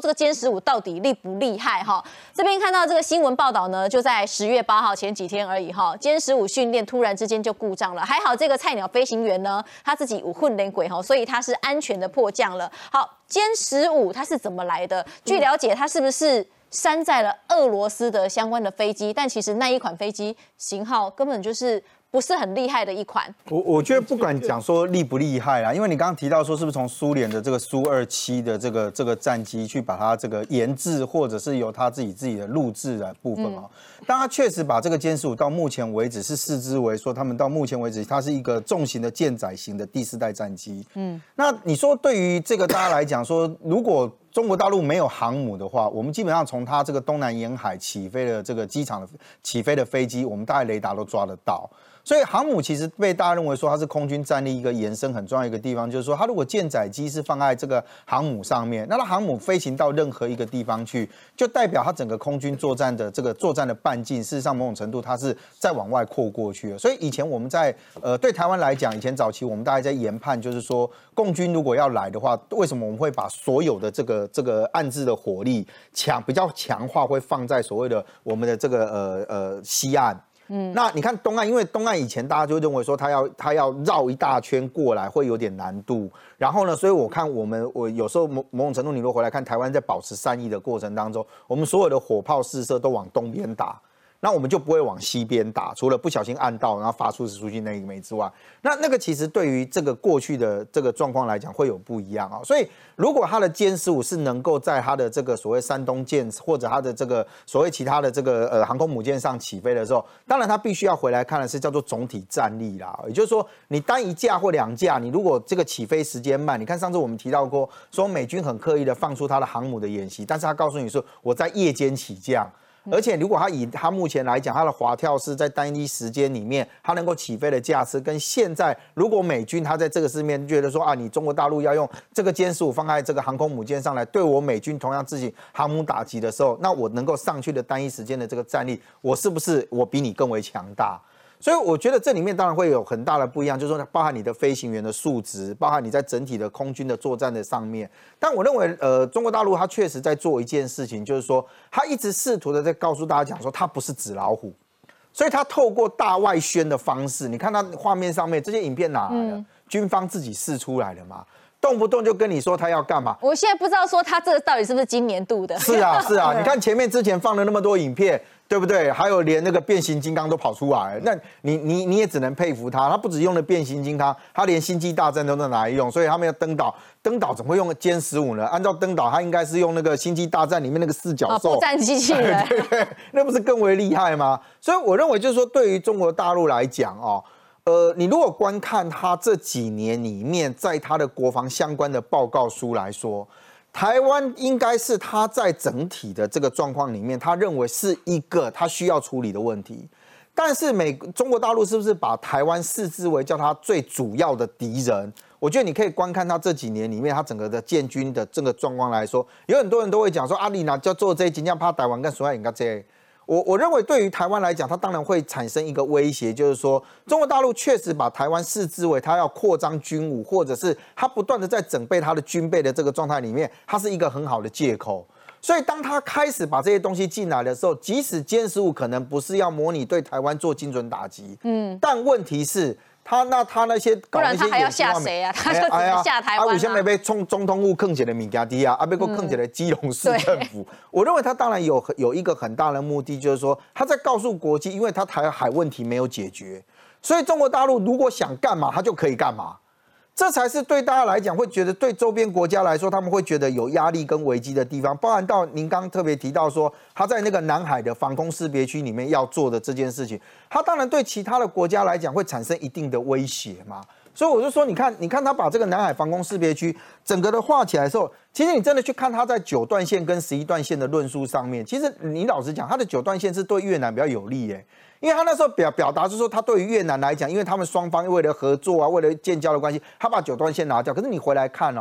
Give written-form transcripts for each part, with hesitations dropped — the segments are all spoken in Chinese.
这个歼15到底厉不厉害哈？这边看到这个新闻报道呢，就在10月8号前几天而已哈，歼15训练突然之间就故障了，还好这个菜鸟飞行员呢，他自己有混练轨哈，所以他是安全的迫降了。好，歼15它是怎么来的？据了解，它是不是山寨了俄罗斯的相关的飞机？但其实那一款飞机型号根本就是不是很厉害的一款。 我觉得不管讲说厉不厉害啦，因为你刚刚提到说是不是从苏联的这个苏27的这个战机去把它这个研制，或者是由他自己的录制的部分哦。但他确实把这个歼15到目前为止是视之为说，他们到目前为止它是一个重型的舰载型的第4代战机。那你说对于这个大家来讲说，如果中国大陆没有航母的话，我们基本上从它这个东南沿海起飞的这个机场的起飞的飞机，我们大概雷达都抓得到。所以航母其实被大家认为说它是空军战力一个延伸很重要的一个地方，就是说它如果舰载机是放在这个航母上面，那它航母飞行到任何一个地方去，就代表它整个空军作战的这个作战的半径，事实上某种程度它是再往外扩过去了。所以以前我们在对台湾来讲，以前早期我们大概在研判，就是说共军如果要来的话，为什么我们会把所有的这个暗制的火力比较强化，会放在所谓的我们的这个西岸。那你看东岸，因为东岸以前大家就认为说他要绕一大圈过来会有点难度，然后呢，所以我看我有时候某种程度你如果回来看台湾在保持善意的过程当中，我们所有的火炮试射都往东边打。那我们就不会往西边打，除了不小心按到，然后发出去那一枚之外，那个其实对于这个过去的这个状况来讲会有不一样啊。所以如果它的歼15是能够在它的这个所谓山东舰或者它的这个所谓其他的这个航空母舰上起飞的时候，当然它必须要回来看的是叫做总体战力啦。也就是说，你单一架或2架，你如果这个起飞时间慢，你看上次我们提到过，说美军很刻意的放出它的航母的演习，但是他告诉你说我在夜间起降。而且，如果他目前来讲，他的滑跳是在单一时间里面，他能够起飞的架次，跟现在如果美军他在这个上面觉得说啊，你中国大陆要用这个歼15放在这个航空母舰上来对我美军同样自己航母打击的时候，那我能够上去的单一时间的这个战力，我是不是我比你更为强大？所以我觉得这里面当然会有很大的不一样，就是说包含你的飞行员的素质，包含你在整体的空军的作战的上面。但我认为，中国大陆它确实在做一件事情，就是说它一直试图的在告诉大家讲说，它不是纸老虎，所以它透过大外宣的方式，你看它画面上面这些影片哪来的？军方自己试出来的嘛。动不动就跟你说他要干嘛？ 我现在不知道说他这个到底是不是今年度的。 是啊，是啊，你看前面之前放了那么多影片，对不对？还有连那个变形金刚都跑出来，那你也只能佩服他。他不只用了变形金刚，他连星际大战都能拿来用，所以他们要登岛怎么会用歼15呢？按照登岛，他应该是用那个星际大战里面那个4角兽步战机器人， 对，那不是更为厉害吗？所以我认为就是说，对于中国大陆来讲哦。你如果观看他这几年里面，在他的国防相关的报告书来说，台湾应该是他在整体的这个状况里面，他认为是一个他需要处理的问题。但是中国大陆是不是把台湾视之为叫他最主要的敌人？我觉得你可以观看他这几年里面，他整个的建军的这个状况来说，有很多人都会讲说，啊，你哪叫做这真正怕台湾跟所有人家这。我认为对于台湾来讲，它当然会产生一个威胁，就是说中国大陆确实把台湾视之为它要扩张军武，或者是它不断的在整备它的军备的这个状态里面，它是一个很好的借口。所以当他开始把这些东西进来的时候，即使歼15可能不是要模拟对台湾做精准打击，但问题是。他那些搞那些， 不然他还要吓谁啊？他就只能吓台湾啊！ 为什么被总统府坑起来物件低啊？被坑起来基隆市政府。我认为他当然有一个很大的目的，就是说他在告诉国际，因为他台海问题没有解决，所以中国大陆如果想干嘛，他就可以干嘛。这才是对大家来讲会觉得，对周边国家来说，他们会觉得有压力跟危机的地方，包含到您刚特别提到说，他在那个南海的防空识别区里面要做的这件事情，他当然对其他的国家来讲会产生一定的威胁嘛。所以我就说，你看他把这个南海防空识别区整个的画起来的时候，其实你真的去看他在9段线跟11段线的论述上面，其实你老实讲，他的9段线是对越南比较有利耶。因为他那时候表达是说，他对于越南来讲，因为他们双方为了合作啊，为了建交的关系，他把9段线拿掉。可是你回来看哦，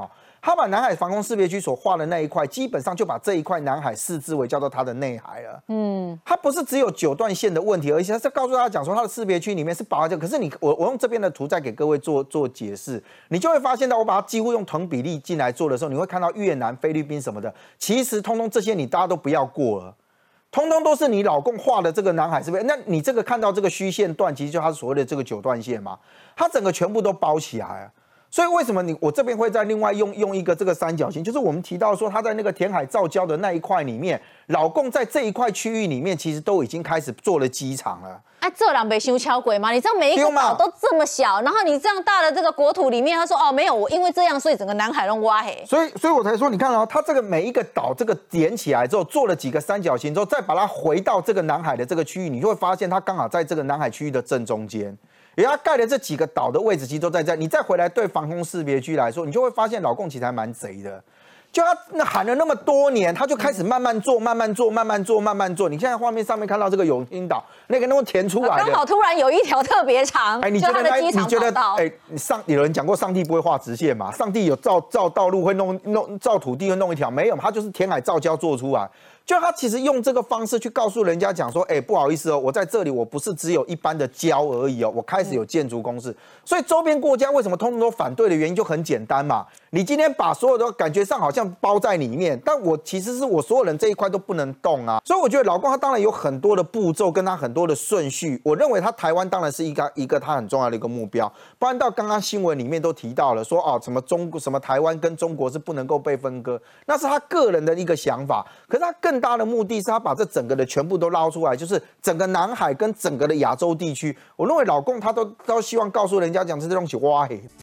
他把南海防空识别区所画的那一块，基本上就把这一块南海视之为叫做它的内海了。它不是只有9段线的问题，而且它是告诉大家讲说，它的识别区里面是包含这。可是我用这边的图再给各位做解释，你就会发现到我把它几乎用同比例进来做的时候，你会看到越南、菲律宾什么的，其实通通这些你大家都不要过了。通通都是你老公画的这个南海，是不是？那你这个看到这个虚线段，其实就它所谓的这个9段线嘛，它整个全部都包起来啊。所以为什么我这边会再另外用一个这个三角形，就是我们提到说，它在那个填海造礁的那一块里面，老共在这一块区域里面，其实都已经开始做了机场了。 啊，这人没修敲鬼吗？你知道每一个岛都这么小，然后你这样大的这个国土里面，他说哦没有，我因为这样，所以整个南海都挖黑。 所以我才说，你看哦，它这个每一个岛这个点起来之后，做了几个三角形之后，再把它回到这个南海的这个区域，你就会发现它刚好在这个南海区域的正中间。因为它盖的这几个岛的位置其实都在这，你再回来对防空识别区来说，你就会发现老共其实还蛮贼的。就他喊了那么多年，他就开始慢慢做。你现在画面上面看到这个永兴岛那个填出来的， 刚好突然有一条特别长， 你觉得你觉得有人讲过上帝不会画直线嘛？上帝有造道路会造土地会弄一条，没有，他就是填海造礁做出来。就他其实用这个方式去告诉人家讲说，不好意思哦，我在这里我不是只有一般的礁而已哦，我开始有建筑公司。所以周边国家为什么通通都反对的原因就很简单嘛，你今天把所有的感觉上好像包在里面，但我其实是我所有人这一块都不能动啊。所以我觉得老共他当然有很多的步骤跟他很多的顺序，我认为他台湾当然是一个他很重要的一个目标。不然到刚刚新闻里面都提到了说什么台湾跟中国是不能够被分割，那是他个人的一个想法。可是他更大的目的是他把这整个的全部都捞出来，就是整个南海跟整个的亚洲地区，我认为老共他都希望告诉人家讲这些东西挖黑。